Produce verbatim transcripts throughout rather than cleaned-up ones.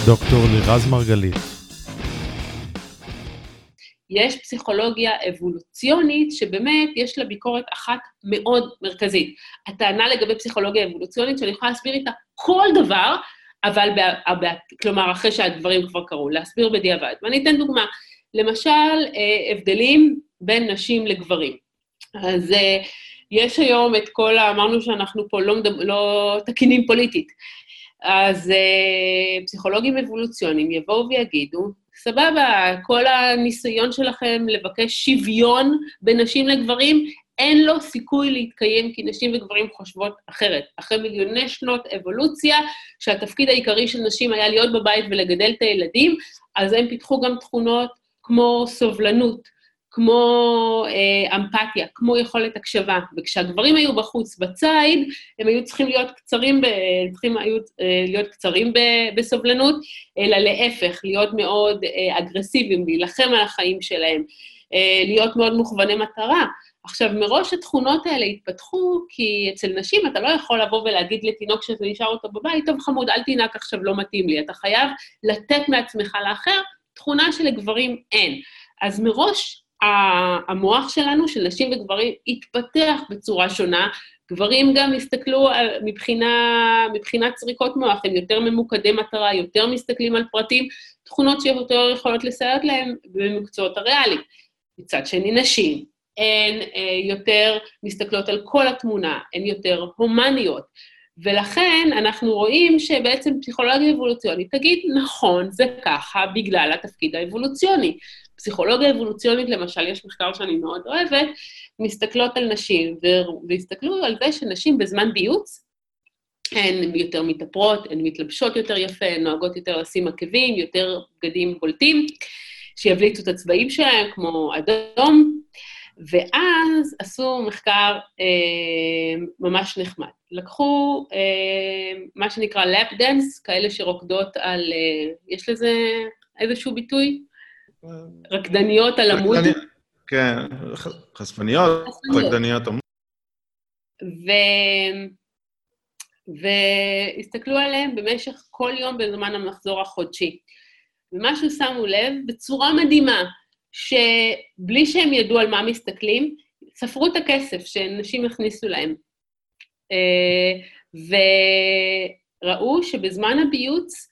דוקטור לירז מרגלית. יש פסיכולוגיה אבולוציונית שבאמת יש לה ביקורת אחת מאוד מרכזית. הטענה לגבי פסיכולוגיה אבולוציונית שאני יכולה להסביר איתה כל דבר, אבל ב- כלומר אחרי שהדברים כבר קרו, להסביר בדיעבד. ואני אתן דוגמה, למשל הבדלים בין נשים לגברים. אז יש היום את כל, אמרנו שאנחנו פה לא, לא תקינים פוליטית, אז פסיכולוגים אבולוציוניים יבואו ויגידו, סבבה, כל הניסיון שלכם לבקש שוויון בין נשים לגברים, אין לו סיכוי להתקיים כי נשים וגברים חושבות אחרת. אחרי מיליוני שנות אבולוציה, שהתפקיד העיקרי של נשים היה להיות בבית ולגדל את הילדים, אז הם פיתחו גם תכונות כמו סובלנות, כמו אה, אמפתיה, כמו יכולת הקשבה. וכשהגברים היו בחוץ בצייד, הם היו צריכים להיות קצרים, ב, צריכים היו, אה, להיות קצרים ב, בסובלנות, אלא להפך, להיות מאוד אה, אגרסיביים, להילחם על החיים שלהם, אה, להיות מאוד מוכווני מטרה. עכשיו, מראש התכונות האלה התפתחו, כי אצל נשים אתה לא יכול לבוא ולהגיד לתינוק שאתה נשאר אותו בבית, טוב חמוד, אל תינק עכשיו, לא מתאים לי. אתה חייב לתת מעצמך לאחר, תכונה שלגברים אין. אז מראש, המוח שלנו, של נשים וגברים, התפתח בצורה שונה. גברים גם הסתכלו מבחינה, מבחינת צריקות מוח, הם יותר ממוקדי מטרה, יותר מסתכלים על פרטים, תכונות שיותר יכולות לסייע להם במקצועות הריאליים. מצד שני, נשים, הן אה, יותר מסתכלות על כל התמונה, הן יותר הומניות, ולכן אנחנו רואים שבעצם פסיכולוגיה אבולוציונית תגיד, נכון, זה ככה, בגלל התפקיד האבולוציוני. פסיכולוגיה אבולוציונית, למשל, יש מחקר שאני מאוד אוהבת, מסתכלות על נשים, והסתכלו על זה שנשים בזמן ביוץ, הן יותר מתאפרות, הן מתלבשות יותר יפה, הן נוהגות יותר לשים עקבים, יותר בגדים בולטים, שיבליטו את הצבעים שלהם, כמו אדום, ואז עשו מחקר אה, ממש נחמד. לקחו אה, מה שנקרא לאפ דנס, כאלה שרוקדות על, אה, יש לזה איזשהו ביטוי? רקדניות על עמוד. כן, חשפניות, רקדניות עמוד. והסתכלו עליהם במשך כל יום בזמן המחזור החודשי. ומשהו שמו לב, בצורה מדהימה, שבלי שהם ידעו על מה מסתכלים, ספרו את הכסף שנשים הכניסו להם. וראו שבזמן הביוץ,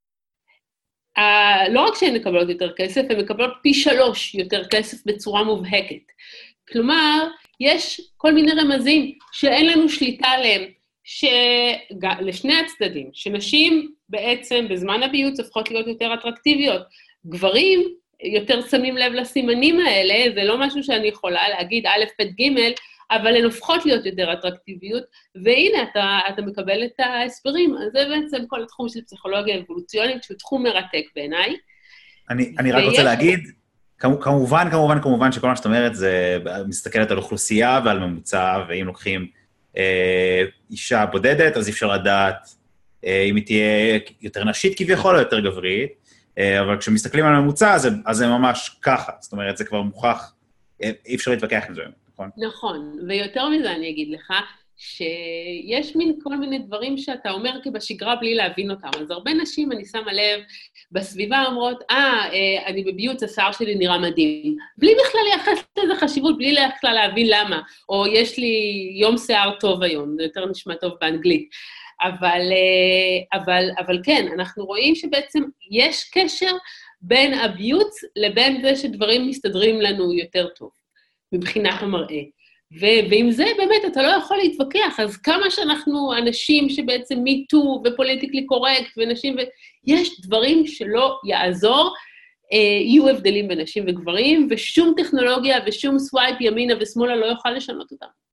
לא רק שהן מקבלות יותר כסף, הן מקבלות פי שלוש יותר כסף בצורה מובהקת. כלומר, יש כל מיני רמזים שאין לנו שליטה עליהם, לשני הצדדים, שנשים בעצם בזמן הביוץ הופכות להיות יותר אטרקטיביות. גברים יותר שמים לב לסימנים האלה, זה לא משהו שאני יכולה להגיד א', ב', ג', אבל הן הופכות להיות יותר אטרקטיביות, והנה, אתה, אתה מקבל את ההסברים. אז זה בעצם כל התחום של פסיכולוגיה אבולוציונית, שהוא תחום מרתק בעיניי. אני, אני רק רוצה להגיד, כמובן, כמובן, כמובן, שכל מה שאת אומרת, זה מסתכלת על אוכלוסייה ועל ממוצע, ואם לוקחים אה, אישה בודדת, אז אי אפשר לדעת אה, אם היא תהיה יותר נשית כביכול או יותר גברית, אה, אבל כשמסתכלים על הממוצע, אז, אז זה ממש ככה. זאת אומרת, זה כבר מוכח, אה, אי אפשר להתווכח עם זה. נכון? נכון, ויותר מזה אני אגיד לך, שיש מין כל מיני דברים שאתה אומר כבשגרה בלי להבין אותם. אז הרבה נשים, אני שמה לב, בסביבה אומרות, אה, אני בביוץ, השיער שלי נראה מדהים. בלי בכלל לייחס לזה חשיבות, בלי בכלל להבין למה. או יש לי יום שיער טוב היום, זה יותר נשמע טוב באנגלית. אבל, אבל, אבל כן, אנחנו רואים שבעצם יש קשר בין הביוץ לבין זה שדברים מסתדרים לנו יותר טוב. מבחינת המראה. ו- ועם זה באמת אתה לא יכול להתווכח, אז כמה שאנחנו אנשים שבעצם מיטו ופוליטיקלי קורקט ונשים, ו- יש דברים שלא יעזור, אה, יהיו הבדלים בין נשים וגברים, ושום טכנולוגיה ושום סווייפ ימינה ושמאלה לא יוכל לשנות אותם.